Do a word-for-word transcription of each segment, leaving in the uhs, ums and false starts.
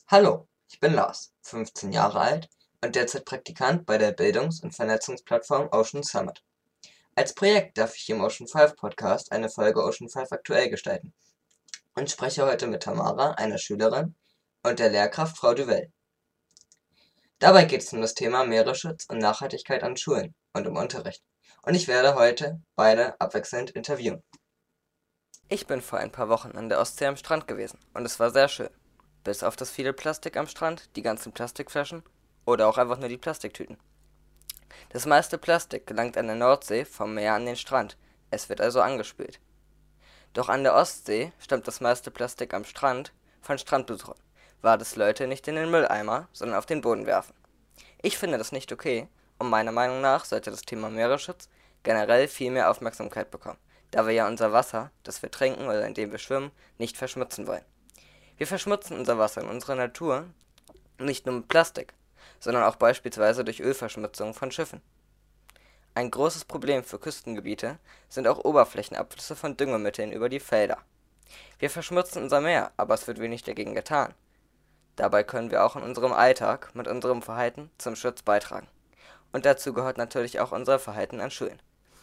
Hallo, ich bin Lars, fünfzehn Jahre alt und derzeit Praktikant bei der Bildungs- und Vernetzungsplattform Ocean Summit. Als Projekt darf ich im Ocean fünf Podcast eine Folge Ocean fünf aktuell gestalten und spreche heute mit Tamara, einer Schülerin, und der Lehrkraft Frau Duvel. Dabei geht es um das Thema Meeresschutz und Nachhaltigkeit an Schulen und im Unterricht. Und ich werde heute beide abwechselnd interviewen. Ich bin vor ein paar Wochen an der Ostsee am Strand gewesen und es war sehr schön. Bis auf das viele Plastik am Strand, die ganzen Plastikflaschen oder auch einfach nur die Plastiktüten. Das meiste Plastik gelangt an der Nordsee vom Meer an den Strand. Es wird also angespült. Doch an der Ostsee stammt das meiste Plastik am Strand von Strandbesuchern, weil das Leute nicht in den Mülleimer, sondern auf den Boden werfen. Ich finde das nicht okay und meiner Meinung nach sollte das Thema Meeresschutz generell viel mehr Aufmerksamkeit bekommen, da wir ja unser Wasser, das wir trinken oder in dem wir schwimmen, nicht verschmutzen wollen. Wir verschmutzen unser Wasser in unserer Natur nicht nur mit Plastik, sondern auch beispielsweise durch Ölverschmutzung von Schiffen. Ein großes Problem für Küstengebiete sind auch Oberflächenabflüsse von Düngemitteln über die Felder. Wir verschmutzen unser Meer, aber es wird wenig dagegen getan. Dabei können wir auch in unserem Alltag mit unserem Verhalten zum Schutz beitragen. Und dazu gehört natürlich auch unser Verhalten an Schulen.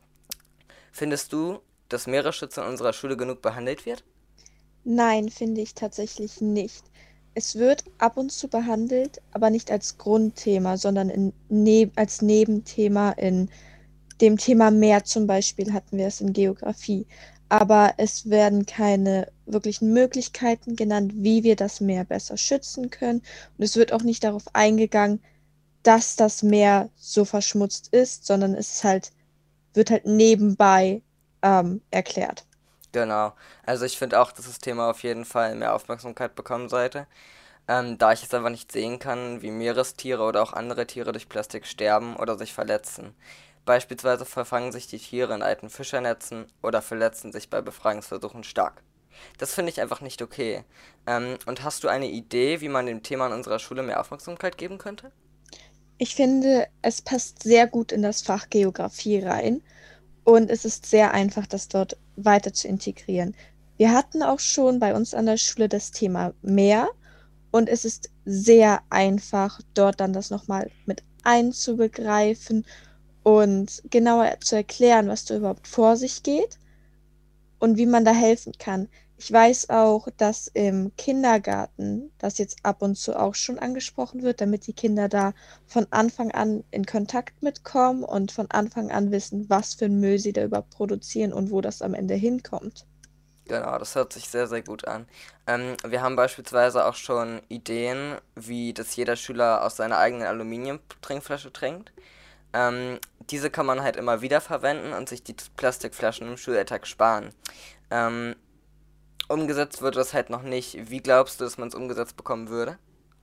Findest du, dass Meeresschutz in unserer Schule genug behandelt wird? Nein, finde ich tatsächlich nicht. Es wird ab und zu behandelt, aber nicht als Grundthema, sondern in neb als Nebenthema. In dem Thema Meer zum Beispiel hatten wir es in Geografie. Aber es werden keine wirklichen Möglichkeiten genannt, wie wir das Meer besser schützen können. Und es wird auch nicht darauf eingegangen, dass das Meer so verschmutzt ist, sondern es ist halt, wird halt nebenbei ähm, erklärt. Genau. Also ich finde auch, dass das Thema auf jeden Fall mehr Aufmerksamkeit bekommen sollte. Ähm, da ich es einfach nicht sehen kann, wie Meerestiere oder auch andere Tiere durch Plastik sterben oder sich verletzen. Beispielsweise verfangen sich die Tiere in alten Fischernetzen oder verletzen sich bei Befreiungsversuchen stark. Das finde ich einfach nicht okay. Ähm, und hast du eine Idee, wie man dem Thema in unserer Schule mehr Aufmerksamkeit geben könnte? Ich finde, es passt sehr gut in das Fach Geografie rein und es ist sehr einfach, das dort weiter zu integrieren. Wir hatten auch schon bei uns an der Schule das Thema Meer und es ist sehr einfach, dort dann das nochmal mit einzubegreifen und genauer zu erklären, was da überhaupt vor sich geht und wie man da helfen kann. Ich weiß auch, dass im Kindergarten das jetzt ab und zu auch schon angesprochen wird, damit die Kinder da von Anfang an in Kontakt mitkommen und von Anfang an wissen, was für einen Müll sie da überhaupt produzieren und wo das am Ende hinkommt. Genau, das hört sich sehr, sehr gut an. Ähm, wir haben beispielsweise auch schon Ideen, wie das jeder Schüler aus seiner eigenen Aluminium-Trinkflasche trinkt. Ähm, diese kann man halt immer wieder verwenden und sich die Plastikflaschen im Schulalltag sparen. Ähm, umgesetzt wird das halt noch nicht. Wie glaubst du, dass man es umgesetzt bekommen würde?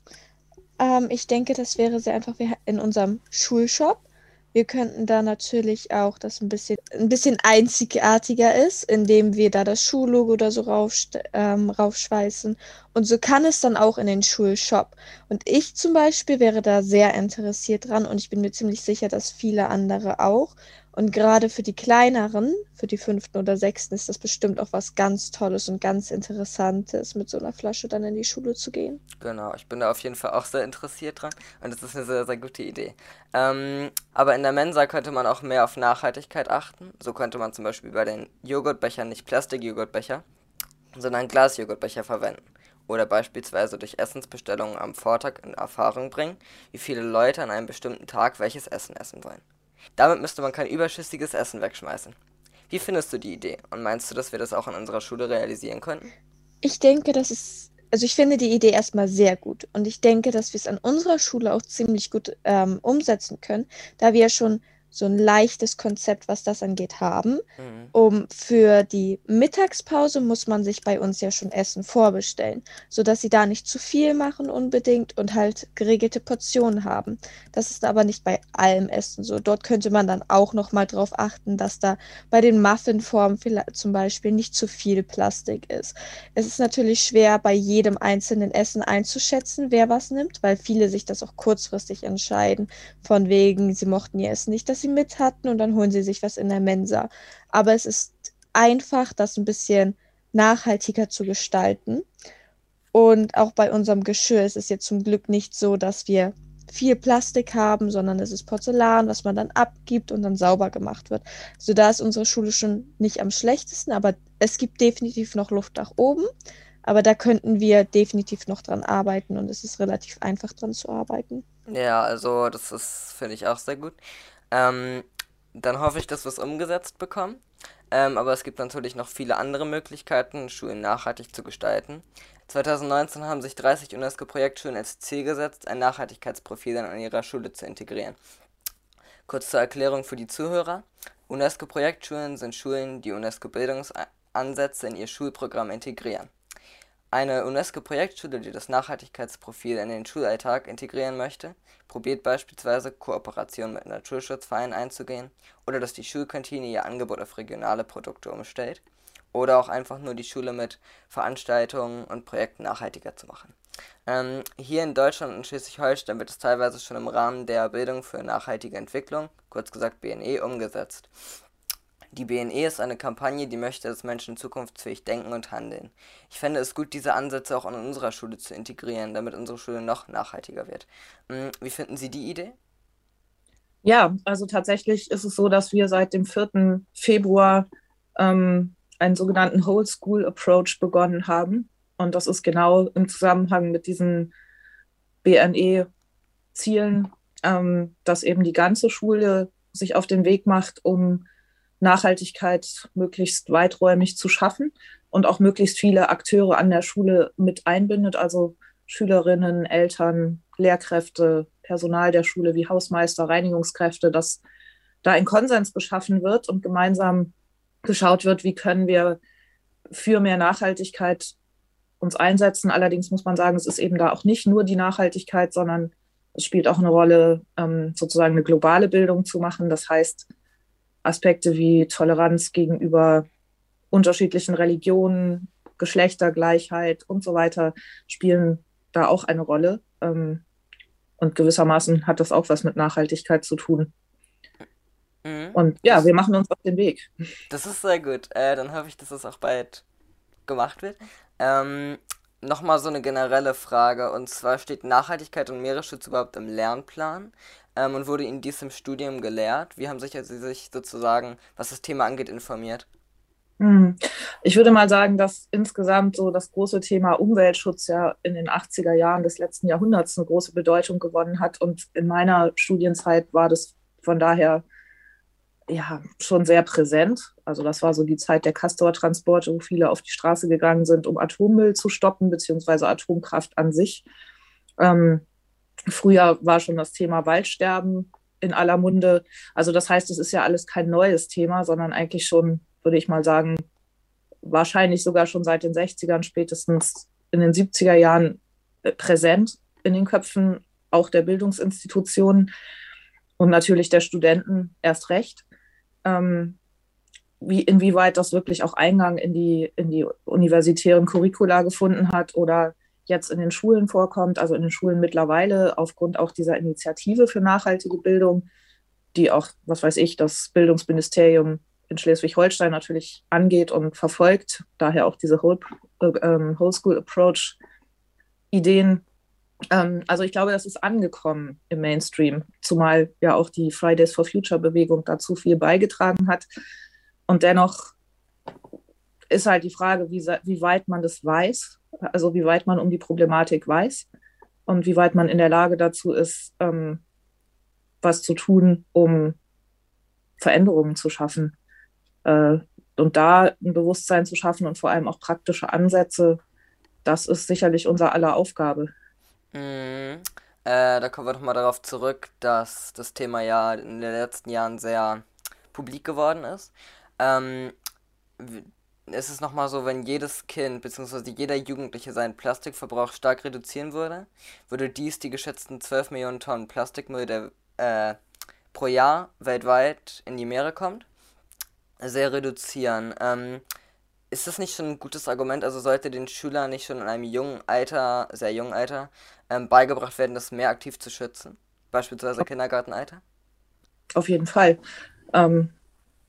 Ähm, ich denke, das wäre sehr einfach wir in unserem Schulshop. Wir könnten da natürlich auch das ein bisschen, ein bisschen einzigartiger ist, indem wir da das Schullogo oder so raufst ähm, raufschweißen. Und so kann es dann auch in den Schulshop. Und ich zum Beispiel wäre da sehr interessiert dran und ich bin mir ziemlich sicher, dass viele andere auch. Und gerade für die Kleineren, für die Fünften oder Sechsten, ist das bestimmt auch was ganz Tolles und ganz Interessantes, mit so einer Flasche dann in die Schule zu gehen. Genau, ich bin da auf jeden Fall auch sehr interessiert dran und das ist eine sehr, sehr gute Idee. Ähm, aber in der Mensa könnte man auch mehr auf Nachhaltigkeit achten. So könnte man zum Beispiel bei den Joghurtbechern nicht Plastik-Joghurtbecher, sondern Glas-Joghurtbecher verwenden. Oder beispielsweise durch Essensbestellungen am Vortag in Erfahrung bringen, wie viele Leute an einem bestimmten Tag welches Essen essen wollen. Damit müsste man kein überschüssiges Essen wegschmeißen. Wie findest du die Idee und meinst du, dass wir das auch in unserer Schule realisieren könnten? Ich denke, das ist, also ich finde die Idee erstmal sehr gut und ich denke, dass wir es an unserer Schule auch ziemlich gut ähm, umsetzen können, da wir ja schon so ein leichtes Konzept, was das angeht, haben. Mhm. Um für die Mittagspause muss man sich bei uns ja schon Essen vorbestellen, sodass sie da nicht zu viel machen unbedingt und halt geregelte Portionen haben. Das ist aber nicht bei allem Essen so. Dort könnte man dann auch noch mal drauf achten, dass da bei den Muffinformen vielleicht zum Beispiel nicht zu viel Plastik ist. Es ist natürlich schwer, bei jedem einzelnen Essen einzuschätzen, wer was nimmt, weil viele sich das auch kurzfristig entscheiden, von wegen, sie mochten ihr Essen nicht, das sie mit hatten und dann holen sie sich was in der Mensa. Aber es ist einfach, das ein bisschen nachhaltiger zu gestalten. Und auch bei unserem Geschirr ist es jetzt zum Glück nicht so, dass wir viel Plastik haben, sondern es ist Porzellan, was man dann abgibt und dann sauber gemacht wird. Also da ist unsere Schule schon nicht am schlechtesten, aber es gibt definitiv noch Luft nach oben. Aber da könnten wir definitiv noch dran arbeiten und es ist relativ einfach dran zu arbeiten. Ja, also das ist, finde ich auch sehr gut. Ähm, Dann hoffe ich, dass wir es umgesetzt bekommen. Ähm, aber es gibt natürlich noch viele andere Möglichkeiten, Schulen nachhaltig zu gestalten. zwanzig neunzehn haben sich dreißig UNESCO-Projektschulen als Ziel gesetzt, ein Nachhaltigkeitsprofil an ihrer Schule zu integrieren. Kurz zur Erklärung für die Zuhörer. UNESCO-Projektschulen sind Schulen, die UNESCO-Bildungsansätze in ihr Schulprogramm integrieren. Eine UNESCO-Projektschule, die das Nachhaltigkeitsprofil in den Schulalltag integrieren möchte, probiert beispielsweise Kooperationen mit Naturschutzvereinen einzugehen oder dass die Schulkantine ihr Angebot auf regionale Produkte umstellt oder auch einfach nur die Schule mit Veranstaltungen und Projekten nachhaltiger zu machen. Ähm, hier in Deutschland und Schleswig-Holstein wird es teilweise schon im Rahmen der Bildung für nachhaltige Entwicklung, kurz gesagt B N E, umgesetzt. Die B N E ist eine Kampagne, die möchte, dass Menschen zukunftsfähig denken und handeln. Ich fände es gut, diese Ansätze auch an unserer Schule zu integrieren, damit unsere Schule noch nachhaltiger wird. Hm, Wie finden Sie die Idee? Ja, also tatsächlich ist es so, dass wir seit dem vierten Februar ähm, einen sogenannten Whole School Approach begonnen haben. Und das ist genau im Zusammenhang mit diesen B N E-Zielen, ähm, dass eben die ganze Schule sich auf den Weg macht, um Nachhaltigkeit möglichst weiträumig zu schaffen und auch möglichst viele Akteure an der Schule mit einbindet, also Schülerinnen, Eltern, Lehrkräfte, Personal der Schule wie Hausmeister, Reinigungskräfte, dass da ein Konsens geschaffen wird und gemeinsam geschaut wird, wie können wir für mehr Nachhaltigkeit uns einsetzen. Allerdings muss man sagen, es ist eben da auch nicht nur die Nachhaltigkeit, sondern es spielt auch eine Rolle, ähm, sozusagen eine globale Bildung zu machen. Das heißt, Aspekte wie Toleranz gegenüber unterschiedlichen Religionen, Geschlechtergleichheit und so weiter spielen da auch eine Rolle. Ähm, und gewissermaßen hat das auch was mit Nachhaltigkeit zu tun. Mhm. Und ja, Das, wir machen uns auf den Weg. das ist sehr gut. Äh, dann hoffe ich, dass es auch bald gemacht wird. Ähm, Nochmal so eine generelle Frage, und zwar steht Nachhaltigkeit und Meeresschutz überhaupt im Lernplan? Ähm, und wurde Ihnen dies im Studium gelehrt? Wie haben sich also Sie sich sozusagen, was das Thema angeht, informiert? Hm. Ich würde mal sagen, dass insgesamt so das große Thema Umweltschutz ja in den achtziger Jahren des letzten Jahrhunderts eine große Bedeutung gewonnen hat. Und in meiner Studienzeit war das von daher ja schon sehr präsent. Also das war so die Zeit der Castortransporte, wo viele auf die Straße gegangen sind, um Atommüll zu stoppen, beziehungsweise Atomkraft an sich. Ähm, Früher war schon das Thema Waldsterben in aller Munde. Also das heißt, es ist ja alles kein neues Thema, sondern eigentlich schon, würde ich mal sagen, wahrscheinlich sogar schon seit den sechzigern, spätestens in den siebziger Jahren äh, präsent in den Köpfen auch der Bildungsinstitutionen und natürlich der Studenten erst recht. Ähm, wie, inwieweit das wirklich auch Eingang in die, in die universitären Curricula gefunden hat oder jetzt in den Schulen vorkommt, also in den Schulen mittlerweile aufgrund auch dieser Initiative für nachhaltige Bildung, die auch, was weiß ich, das Bildungsministerium in Schleswig-Holstein natürlich angeht und verfolgt, daher auch diese Whole, äh, Whole School Approach Ideen. Ähm, also ich glaube, das ist angekommen im Mainstream, zumal ja auch die Fridays for Future Bewegung dazu viel beigetragen hat. Und dennoch ist halt die Frage, wie, wie weit man das weiß, also wie weit man um die Problematik weiß und wie weit man in der Lage dazu ist, ähm, was zu tun, um Veränderungen zu schaffen. Äh, und da ein Bewusstsein zu schaffen und vor allem auch praktische Ansätze, das ist sicherlich unser aller Aufgabe. Mhm. Äh, da kommen wir nochmal darauf zurück, dass das Thema ja in den letzten Jahren sehr publik geworden ist. Ähm, w- Es ist nochmal so, wenn jedes Kind bzw. jeder Jugendliche seinen Plastikverbrauch stark reduzieren würde, würde dies die geschätzten zwölf Millionen Tonnen Plastikmüll, der äh, pro Jahr weltweit in die Meere kommt, sehr reduzieren. Ähm, ist das nicht schon ein gutes Argument? Also sollte den Schülern nicht schon in einem jungen Alter, sehr jungen Alter, ähm, beigebracht werden, das Meer aktiv zu schützen? Beispielsweise Kindergartenalter? Auf jeden Fall. Ähm,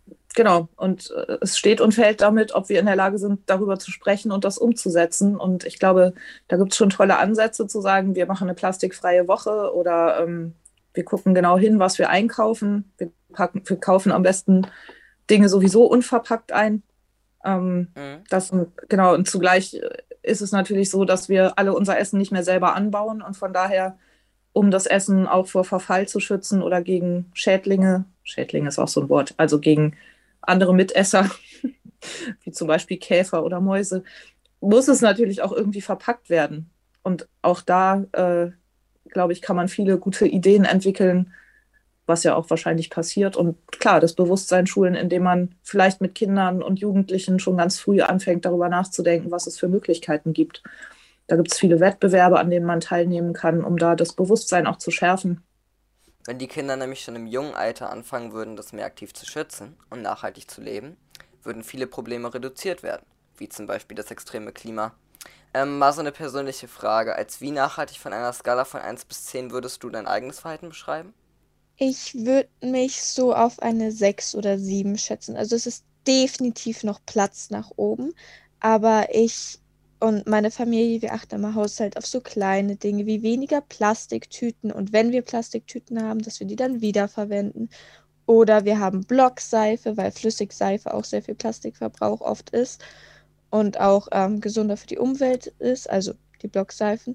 Genau, und äh, es steht und fällt damit, ob wir in der Lage sind, darüber zu sprechen und das umzusetzen. Und ich glaube, da gibt es schon tolle Ansätze zu sagen, wir machen eine plastikfreie Woche oder ähm, wir gucken genau hin, was wir einkaufen. Wir, packen, wir kaufen am besten Dinge sowieso unverpackt ein. Ähm, Mhm. das, genau, und zugleich ist es natürlich so, dass wir alle unser Essen nicht mehr selber anbauen und von daher, um das Essen auch vor Verfall zu schützen oder gegen Schädlinge, Schädlinge ist auch so ein Wort, also gegen andere Mitesser, wie zum Beispiel Käfer oder Mäuse, muss es natürlich auch irgendwie verpackt werden. Und auch da, äh, glaube ich, kann man viele gute Ideen entwickeln, was ja auch wahrscheinlich passiert. Und klar, das Bewusstsein schulen, indem man vielleicht mit Kindern und Jugendlichen schon ganz früh anfängt, darüber nachzudenken, was es für Möglichkeiten gibt. Da gibt es viele Wettbewerbe, an denen man teilnehmen kann, um da das Bewusstsein auch zu schärfen. Wenn die Kinder nämlich schon im jungen Alter anfangen würden, das Meer aktiv zu schützen und nachhaltig zu leben, würden viele Probleme reduziert werden, wie zum Beispiel das extreme Klima. Ähm, mal so eine persönliche Frage. Als wie nachhaltig von einer Skala von eins bis zehn würdest du dein eigenes Verhalten beschreiben? Ich würde mich so auf eine sechs oder sieben schätzen. Also es ist definitiv noch Platz nach oben, aber ich und meine Familie, wir achten im Haushalt auf so kleine Dinge wie weniger Plastiktüten und wenn wir Plastiktüten haben, dass wir die dann wiederverwenden. Oder wir haben Blockseife, weil Flüssigseife auch sehr viel Plastikverbrauch oft ist und auch ähm, gesunder für die Umwelt ist, also die Blockseifen.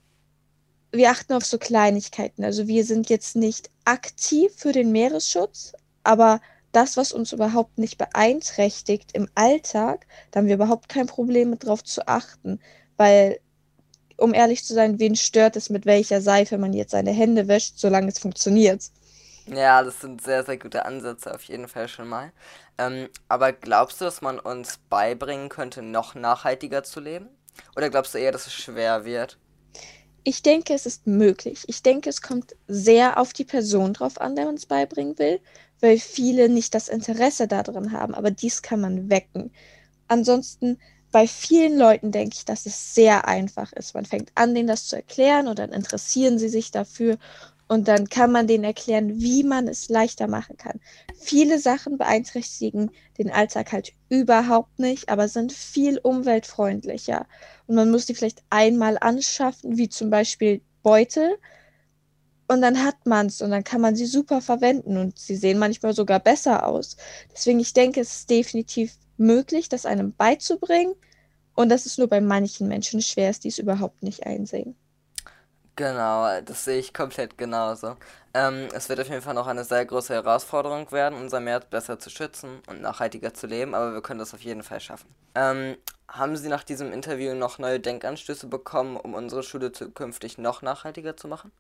Wir achten auf so Kleinigkeiten. Also wir sind jetzt nicht aktiv für den Meeresschutz, aber das, was uns überhaupt nicht beeinträchtigt im Alltag, da haben wir überhaupt kein Problem mit drauf zu achten, weil, um ehrlich zu sein, wen stört es, mit welcher Seife man jetzt seine Hände wäscht, solange es funktioniert? Ja, das sind sehr, sehr gute Ansätze auf jeden Fall schon mal. Ähm, aber glaubst du, dass man uns beibringen könnte, noch nachhaltiger zu leben? Oder glaubst du eher, dass es schwer wird? Ich denke, es ist möglich. Ich denke, es kommt sehr auf die Person drauf an, der uns beibringen will, weil viele nicht das Interesse daran haben, aber dies kann man wecken. Ansonsten, bei vielen Leuten denke ich, dass es sehr einfach ist. Man fängt an, denen das zu erklären und dann interessieren sie sich dafür und dann kann man denen erklären, wie man es leichter machen kann. Viele Sachen beeinträchtigen den Alltag halt überhaupt nicht, aber sind viel umweltfreundlicher. Und man muss die vielleicht einmal anschaffen, wie zum Beispiel Beutel, und dann hat man es und dann kann man sie super verwenden und sie sehen manchmal sogar besser aus. Deswegen, ich denke, es ist definitiv möglich, das einem beizubringen und dass es nur bei manchen Menschen schwer ist, die es überhaupt nicht einsehen. Genau, das sehe ich komplett genauso. Ähm, es wird auf jeden Fall noch eine sehr große Herausforderung werden, unser Meer besser zu schützen und nachhaltiger zu leben, aber wir können das auf jeden Fall schaffen. Ähm, haben Sie nach diesem Interview noch neue Denkanstöße bekommen, um unsere Schule zukünftig noch nachhaltiger zu machen?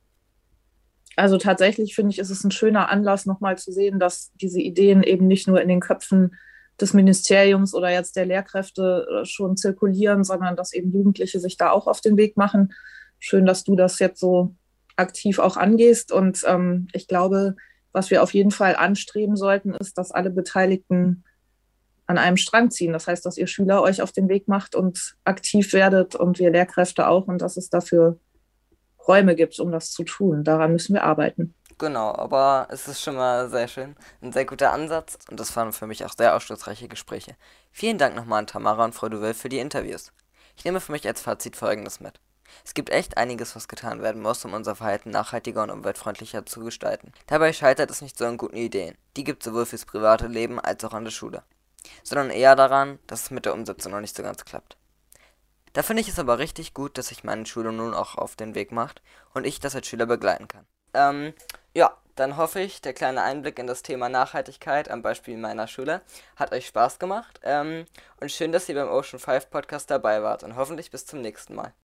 Also tatsächlich finde ich, ist es ein schöner Anlass, nochmal zu sehen, dass diese Ideen eben nicht nur in den Köpfen des Ministeriums oder jetzt der Lehrkräfte äh, schon zirkulieren, sondern dass eben Jugendliche sich da auch auf den Weg machen. Schön, dass du das jetzt so aktiv auch angehst. Und ähm, ich glaube, was wir auf jeden Fall anstreben sollten, ist, dass alle Beteiligten an einem Strang ziehen. Das heißt, dass ihr Schüler euch auf den Weg macht und aktiv werdet und wir Lehrkräfte auch und dass es dafür Räume gibt, um das zu tun. Daran müssen wir arbeiten. Genau, aber es ist schon mal sehr schön, ein sehr guter Ansatz und das waren für mich auch sehr aufschlussreiche Gespräche. Vielen Dank nochmal an Tamara und Frau Duvel für die Interviews. Ich nehme für mich als Fazit Folgendes mit. Es gibt echt einiges, was getan werden muss, um unser Verhalten nachhaltiger und umweltfreundlicher zu gestalten. Dabei scheitert es nicht so an guten Ideen. Die gibt es sowohl fürs private Leben als auch an der Schule. Sondern eher daran, dass es mit der Umsetzung noch nicht so ganz klappt. Da finde ich es aber richtig gut, dass sich meine Schule nun auch auf den Weg macht und ich das als Schüler begleiten kann. Ähm, ja, dann hoffe ich, der kleine Einblick in das Thema Nachhaltigkeit am Beispiel meiner Schule hat euch Spaß gemacht. Ähm, und schön, dass ihr beim Ocean fünf Podcast dabei wart und hoffentlich bis zum nächsten Mal.